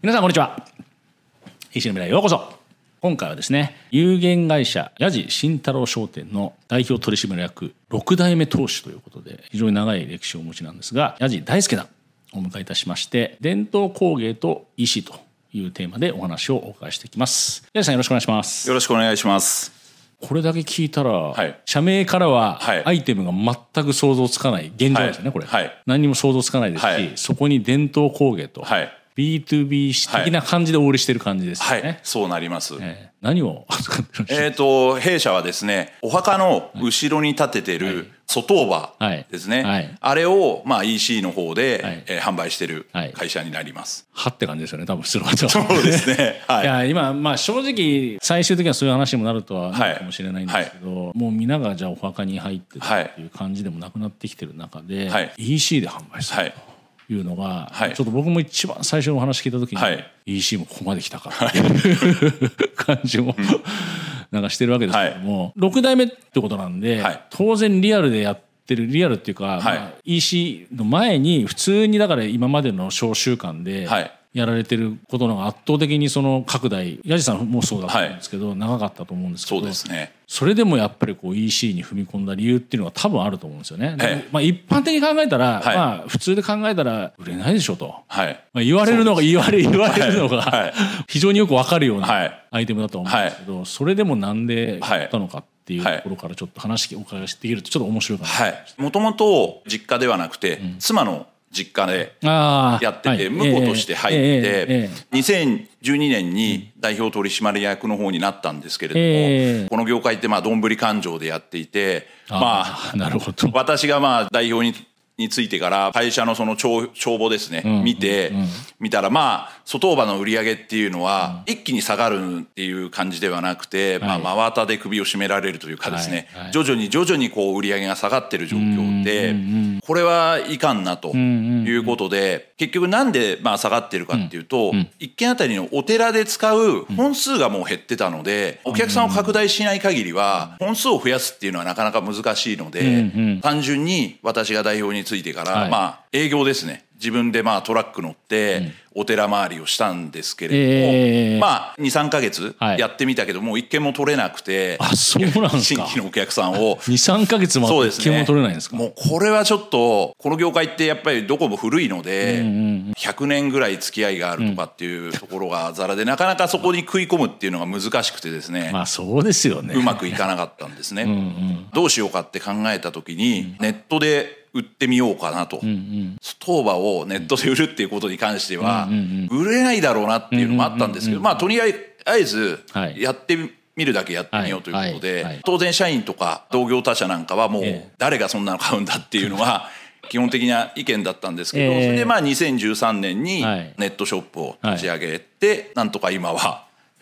皆さんこんにちは。石の未来へようこそ。今回はですね、有限会社矢地慎太郎商店の代表取締役6代目当主ということで、非常に長い歴史をお持ちなんですが、矢地大輔さんをお迎えいたしまして、伝統工芸とECというテーマでお話をお伺いしていきます。矢地さん、よろしくお願いします。 よろしくお願いします。 これだけ聞いたら、 はい、 社名からははい、 アイテムが全く想像つかない現状ですよね、これ、 はい、 何にも想像つかないですし、 はい、 そこに伝統工芸と、 はい、 B2B 的な感じでお売りしてる感じですよね。 はい、そうなります。 何を扱ってるんですか？ 弊社はですね、お墓の後ろに立ててる外おばですね、 はいはい、 あれをEC の方で、 はい販売してる会社になります。 はって感じですよね、多分普通の方は。 そうですね。はい、 いや今、正直最終的にはそういう話にもなるとはなるかもしれないんですけど、もう皆がじゃあお墓に入ってたっていう感じでもなくなってきてる中で、EC で販売すると。いうのが、ちょっと僕も一番最初のお話聞いた時に、EC もここまで来たかっていう感じもなんかしてるわけですけども、6代目ってことなんで、当然リアルでやってる、リアルっていうか、EC の前に普通にだから今までの小習慣でやられてることのが圧倒的にその拡大、矢地さんもそうだと思うんですけど、長かったと思うんですけど、 そうですね。 それでもやっぱりこう EC に踏み込んだ理由っていうのは多分あると思うんですよね。一般的に考えたら、普通で考えたら売れないでしょと、言われるのが非常によく分かるようなアイテムだと思うんですけど、それでもなんでやったのかっていうところからちょっと話をお伺いしていけるとちょっと面白いかな。 もともと実家ではなくて、妻の実家でやってて、婿として入って2012年に代表取締役の方になったんですけれども、この業界ってどんぶり勘定でやっていて、 なるほど。 私が代表についてから会社のその帳簿ですね、見たら外おばの売り上げっていうのは一気に下がるっていう感じではなくて、真綿で首を絞められるというかですね、徐々にこう売り上げが下がってる状況で、これはいかんなということで、結局なんで下がってるかっていうと、一軒あたりのお寺で使う本数がもう減ってたので、お客さんを拡大しない限りは本数を増やすっていうのはなかなか難しいので、単純に私が代表についてから営業ですね、自分でトラック乗ってお寺回りをしたんですけれども、2,3 ヶ月やってみたけどもう一件も取れなくて、 そうなんですか。 新規のお客さんを 2,3 ヶ月も一件も取れないんですか。 もうこれはちょっとこの業界ってやっぱりどこも古いので、100年ぐらい付き合いがあるとかっていうところがざらで、なかなかそこに食い込むっていうのが難しくてですね、 そうですよね、 うまくいかなかったんですね。どうしようかって考えた時に、ネットで売ってみようかなと、外おばをネットで売るっていうことに関しては売れないだろうなっていうのもあったんですけど、とりあえずやってみるだけやってみようということで、当然社員とか同業他社なんかはもう誰がそんなの買うんだっていうのが基本的な意見だったんですけど、それで2013年にネットショップを立ち上げて、なんとか今は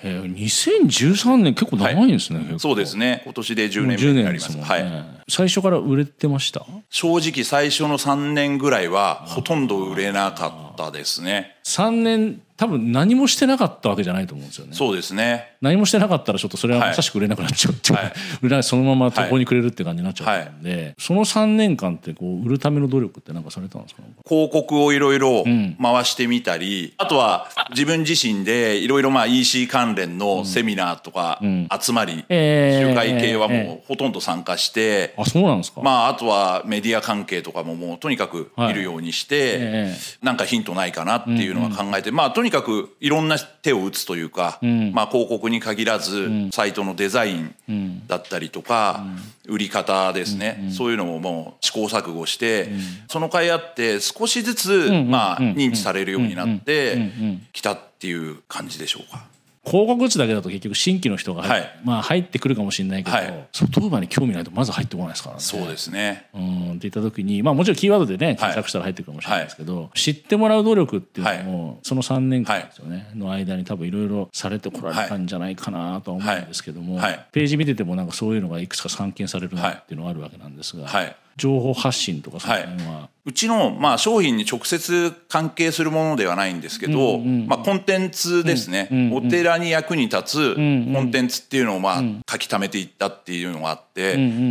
2013年結構長いんですね。 そうですね、今年で10年目になります。 最初から売れてました？ 正直最初の3年ぐらいはほとんど売れなかったですね。 3年多分何もしてなかったわけじゃないと思うんですよね。 そうですね。 何もしてなかったらちょっとそれはまさしく売れなくなっちゃうっていう、売れない、そのまま途方に暮れるって感じになっちゃったんで、その3年間ってこう売るための努力って何かされたんですか？ 広告をいろいろ回してみたり、あとは自分自身でいろいろEC 関連のセミナーとか集まり、集会系はもうほとんど参加して、 そうなんですか。 あとはメディア関係とかももうとにかく見るようにして、なんかヒントないかなっていうのは考えて、とにかくいろんな手を打つというか、広告に限らずサイトのデザインだったりとか、売り方ですね、そういうのももう試行錯誤して、その甲斐あって少しずつ認知されるようになってきたっていう感じでしょうか。 広告打つだけだと結局新規の人が入ってくるかもしれないけど、外馬に興味ないとまず入ってこないですからね。 そうですね。 って言った時に、もちろんキーワードでね検索したら入ってくるかもしれないですけど、知ってもらう努力っていうのもその3年間ですよね、の間に多分いろいろされてこられたんじゃないかなとは思うんですけども、ページ見ててもなんかそういうのがいくつか散見されるなっていうのがあるわけなんですが、情報発信とかそういうのはうちの商品に直接関係するものではないんですけど、コンテンツですね、お寺に役に立つコンテンツっていうのを書き溜めていったっていうのがあって、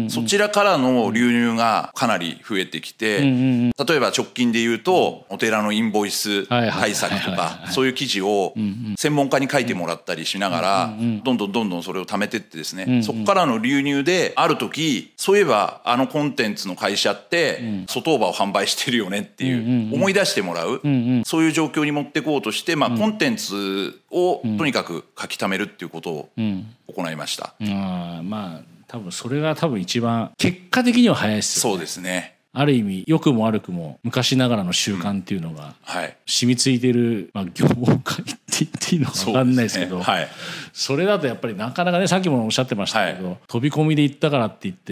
そちらからの流入がかなり増えてきて、例えば直近で言うとお寺のインボイス対策とかそういう記事を専門家に書いてもらったりしながらどんどんそれを貯めてってですね、そこからの流入である時そういえばあのコンテンツの会社って外場を販売してるよねっていう思い出してもらう、そういう状況に持っていこうとして、コンテンツをとにかく書き溜めるっていうことを行いました。 多分それが一番結果的には早いですよね。 そうですね。 ある意味良くも悪くも昔ながらの習慣っていうのが染みついてる、業界って言っていいのか分かんないですけど、それだとやっぱりなかなかね、さっきもおっしゃってましたけど、飛び込みで行ったからって言って、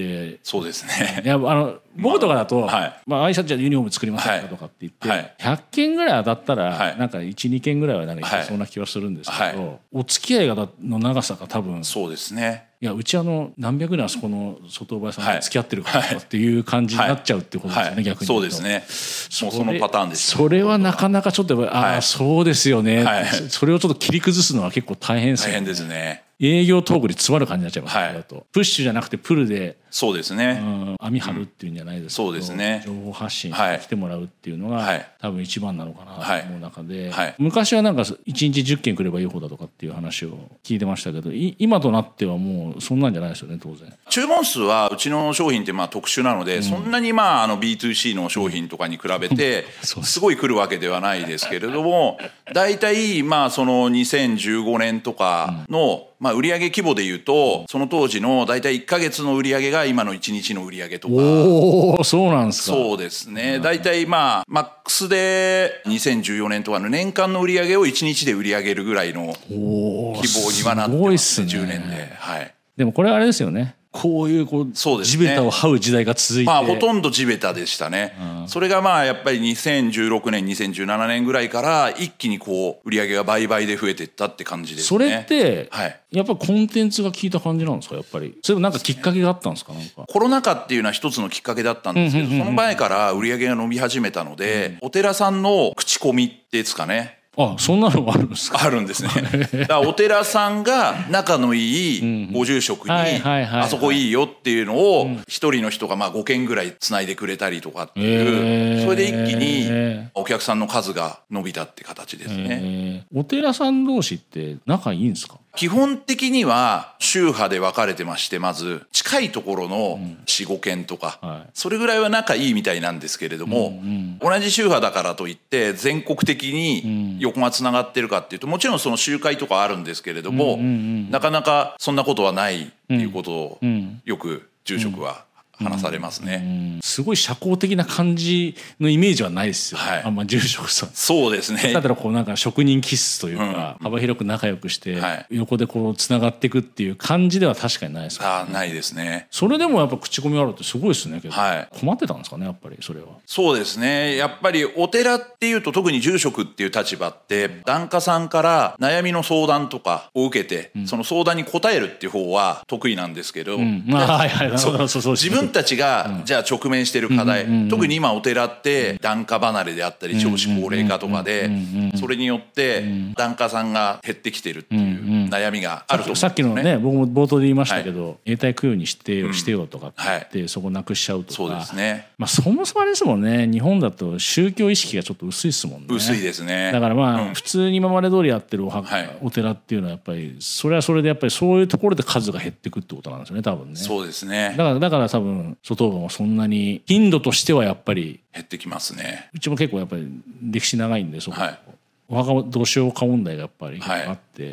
そうですね。 いや僕とかだと、挨拶じゃユニフォーム作りませんかとかって言って、100件ぐらい当たったらなんか 1,2 件ぐらいはなんかいけそうな気はするんですけど、お付き合いの長さが多分そうですね。 いやうち何百年あそこの外場さんと付き合ってるからとかっていう感じになっちゃうってことですよね、逆に。 そうですね。もうそのパターンです。 それはなかなかちょっとそうですよね、それをちょっと切り崩すのは結構大変ですよね。 大変ですね。 営業トークで詰まる感じになっちゃいます、だとプッシュじゃなくてプルでそうですね、 網張るっていうんじゃないですけど、 そうですね、 情報発信して来てもらうっていうのが、多分一番なのかなと思う中で、昔はなんか1日10件来ればいい方だとかっていう話を聞いてましたけど、今となってはもうそんなんじゃないですよね、当然。 注文数はうちの商品って特殊なので、そんなにB2C の商品とかに比べてすごい来るわけではないですけれども、大体その2015年とかの売上規模でいうとその当時の大体1ヶ月の売上が今の1日の売上とか。 おー、そうなんですか。 そうですね。大体マックスで2014年とかの年間の売上を1日で売り上げるぐらいの規模にはなってますね、10年で。 でもこれあれですよね、こういう地べたを這う時代が続いて、 ほとんど地べたでしたね、それがやっぱり2016年2017年ぐらいから一気に売り上げが倍々で増えていったって感じですね。 それって、やっぱりコンテンツが効いた感じなんですか、やっぱり。それもなんかきっかけがあったんですか。なんかコロナ禍っていうのは一つのきっかけだったんですけど、その前から売り上げが伸び始めたので、お寺さんの口コミですかね。 そんなのがあるんですか。 あるんですね。だからお寺さんが仲のいいご住職にあそこいいよっていうのを一人の人が5件ぐらいつないでくれたりとかっていう、それで一気にお客さんの数が伸びたって形ですね。 お寺さん同士って仲いいんですか。 基本的には宗派で分かれてまして、まず近いところの 4,5 件とか、それぐらいは仲いいみたいなんですけれども、同じ宗派だからといって全国的に横がつながってるかっていうと、もちろんその集会とかあるんですけれども、なかなかそんなことはないっていうことをよく住職は話されますね。 すごい社交的な感じのイメージはないですよ、あんま住職さん。 そうですね。 だったらなんか職人気質というか、幅広く仲良くして、横でつながっていくっていう感じでは確かにないですか、 ないですね。 それでもやっぱ口コミあるってすごいですね。けど、困ってたんですかね、やっぱりそれは。 そうですね。やっぱりお寺っていうと、特に住職っていう立場って檀家さんから悩みの相談とかを受けて、その相談に答えるっていう方は得意なんですけど、自分たちがじゃあ直面している課題、特に今お寺って檀家離れであったり少子高齢化とかで、それによって檀家さんが減ってきてるっていう悩みがあると思うんですね。 さっきのね、僕も冒頭で言いましたけど、永代供養にしてよとかって言ってそこなくしちゃうとか。 そうですね。 そもそもあれですもんね、日本だと宗教意識がちょっと薄いですもんね。 薄いですね。 だから普通に今まで通りやってるお寺っていうのはやっぱりそれはそれでやっぱりそういうところで数が減っていくってことなんですよね、多分ね。 そうですね。 だから多分外場もそんなに頻度としてはやっぱり減ってきますね。 うちも結構やっぱり歴史長いんで、そこ、お墓どうしようか問題がやっぱりあって、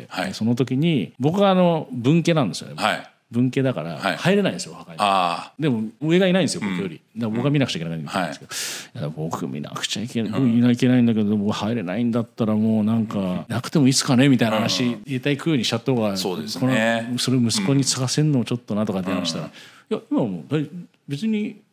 その時に僕が分家なんですよね。分家だから入れないんですよ、お墓に。でも上がいないんですよ、僕より。だから僕が見なくちゃいけないんですけど、僕見なくちゃいけないんだけど、僕入れないんだったらもうなんかなくてもいいっすかねみたいな話、永代供養にしちゃった方が、 そうですね。 それ息子に継がせんのをちょっとなとか電話したら、いや今はもう別に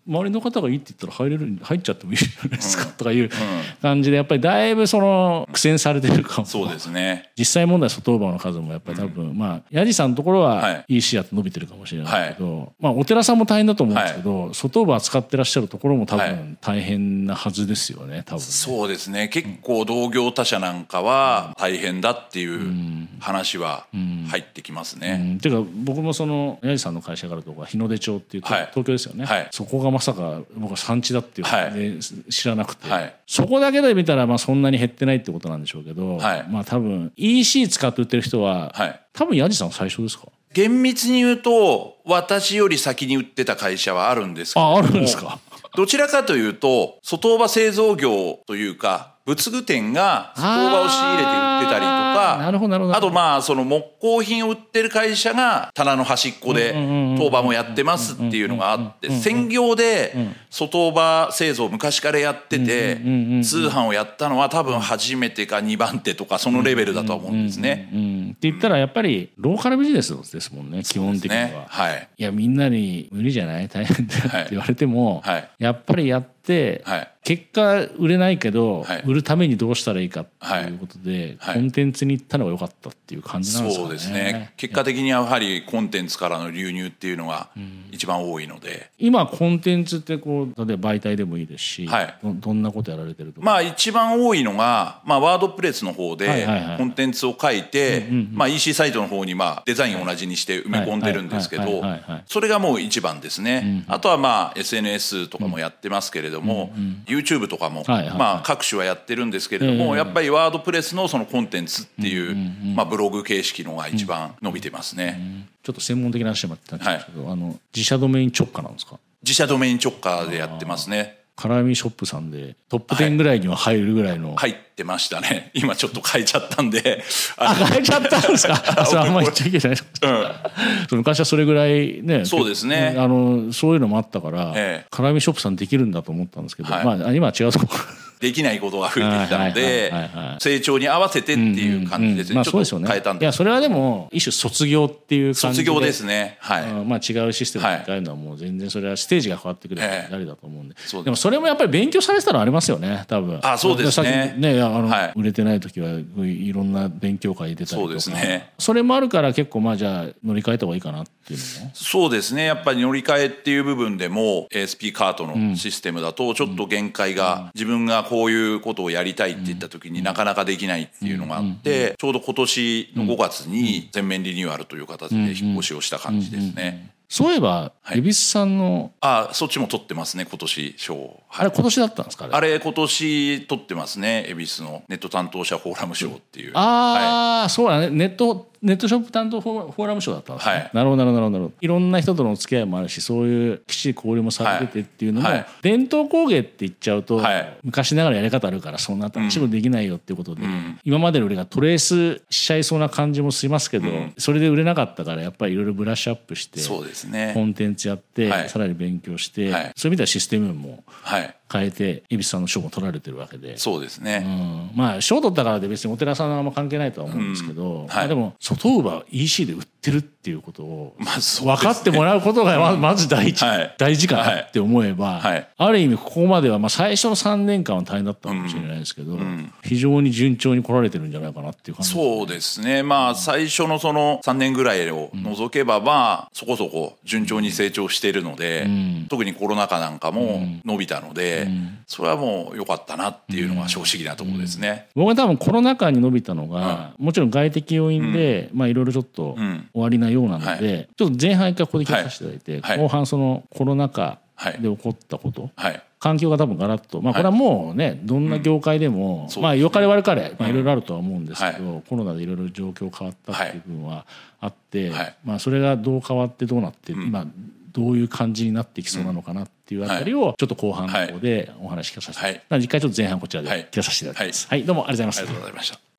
周りの方がいいって言ったら入っちゃってもいいじゃないですか、とかいう感じでやっぱりだいぶその苦戦されてるかも。 そうですね。 実際問題外馬の数もやっぱり多分、まあヤジさんのところは EC だと伸びてるかもしれないけど、まあお寺さんも大変だと思うんですけど、外馬扱ってらっしゃるところも多分大変なはずですよね、多分ね。 そうですね。結構同業他社なんかは大変だっていう話は入ってきますね。 ていうか僕もそのヤジさんの会社があるとこは日の出町っていう東京ですよね。そこがまさか僕は産地だっていうの知らなくて、そこだけで見たらまあそんなに減ってないってことなんでしょうけど、まあ多分 EC 使って売ってる人は、多分ヤジさん最初ですか？ 厳密に言うと私より先に売ってた会社はあるんですけど、 あるんですか？ どちらかというと外馬製造業というか仏具店が外馬を仕入れて売ってたりとか、あとまあその木工品を売ってる会社が棚の端っこで当馬もやってますっていうのがあって、専業で外馬製造昔からやってて通販をやったのは多分初めてか2番手とかそのレベルだと思うんですね。 って言ったらやっぱりローカルビジネスですもんね、基本的には。いやみんなに無理じゃない大変だよって言われても、やっぱりやって、結果売れないけど、売るためにどうしたらいいかっていうことで、コンテンツに行ったのが良かったっていう感じなんですかね。 そうですね。結果的にやはりコンテンツからの流入っていうのが一番多いので、 今コンテンツってこう例えば媒体でもいいですし、どんなことやられてるとか。 まあ一番多いのが、まあ、ワードプレスの方でコンテンツを書いて、まあ EC サイトの方にまあデザインを同じにして埋め込んでるんですけど、それがもう一番ですね。あとはまあ SNS とかもやってますけれども、YouTube とかもまあ各種はやってるんですけれども、やっぱりワードプレスのそのコンテンツっていうまあブログ形式のが一番伸びてますね。 ちょっと専門的な話になってたんですけど、自社ドメイン直下なんですか？ 自社ドメイン直下でやってますね。 カラミショップさんでトップ10ぐらいには入るぐらいの、 入ってましたね。今ちょっと変えちゃったんで。 変えちゃったんですか？それあんまり言っちゃいけない。昔はそれぐらいね。 そうですね。 そういうのもあったから、カラミショップさんできるんだと思ったんですけど、まあ今は違うところ。 できないことが増えてきたので、成長に合わせてっていう感じですね。ちょっと変えたんです。 いやそれはでも一種卒業っていう感じで。 卒業ですね。 まあ違うシステムに変えるのはもう全然それはステージが変わってくる誰だと思うんで。でもそれもやっぱり勉強されてたのありますよね、多分。 そうですね。 売れてない時はいろんな勉強会出たりとか。 そうですね。 それもあるから結構まあじゃあ乗り換えた方がいいかなっていうのも。 そうですね。やっぱり乗り換えっていう部分でも ASP カートのシステムだとちょっと限界が、自分がこういうことをやりたいって言った時になかなかできないっていうのがあって、ちょうど今年の5月に全面リニューアルという形で引っ越しをした感じですね。 そういえば恵比寿さんのそっちも取ってますね、今年賞。 あれ今年だったんですか？ あれ今年取ってますね、恵比寿のネット担当者フォーラム賞っていう。 そうだね、ネットショップ担当フォーラム賞だったんですね。なるほど。いろんな人とのお付き合いもあるし、そういうきっちり交流もされててっていうのも、伝統工芸って言っちゃうと、昔ながらやり方あるからそんな新しいもできないよっていうことで、今までの売りがトレースしちゃいそうな感じもしますけど、それで売れなかったからやっぱりいろいろブラッシュアップして、 そうですね、 コンテンツやって、さらに勉強して、そういう意味ではシステムも変えて恵比寿さんの賞も取られてるわけで。 そうですね。 まあ賞取ったからで別にお寺さんはあんま関係ないとは思うんですけど、でも外ウーバー EC で売ってるっていうことを分かってもらうことがまず大事かなって思えば、ある意味ここまでは最初の3年間は大変だったかもしれないですけど、非常に順調に来られてるんじゃないかなっていう感じ。 そうですね。まあ最初のその3年ぐらいを除けばまあそこそこ順調に成長しているので、特にコロナ禍なんかも伸びたので、それはもう良かったなっていうのが正直なところですね。 僕は多分コロナ禍に伸びたのが、もちろん外的要因でいろいろちょっと終わりなようなので、ちょっと前半一回ここで聞かせていただいて、後半そのコロナ禍で起こったこと、環境が多分ガラッと、これはもうねどんな業界でも良かれ悪かれいろいろあるとは思うんですけど、コロナでいろいろ状況変わったっていう部分はあって、それがどう変わってどうなって今どういう感じになってきそうなのかなっていうあたりをちょっと後半の方でお話聞かさせて、一回ちょっと前半こちらで聞かさせていただきます。どうもありがとうございました。 ありがとうございました。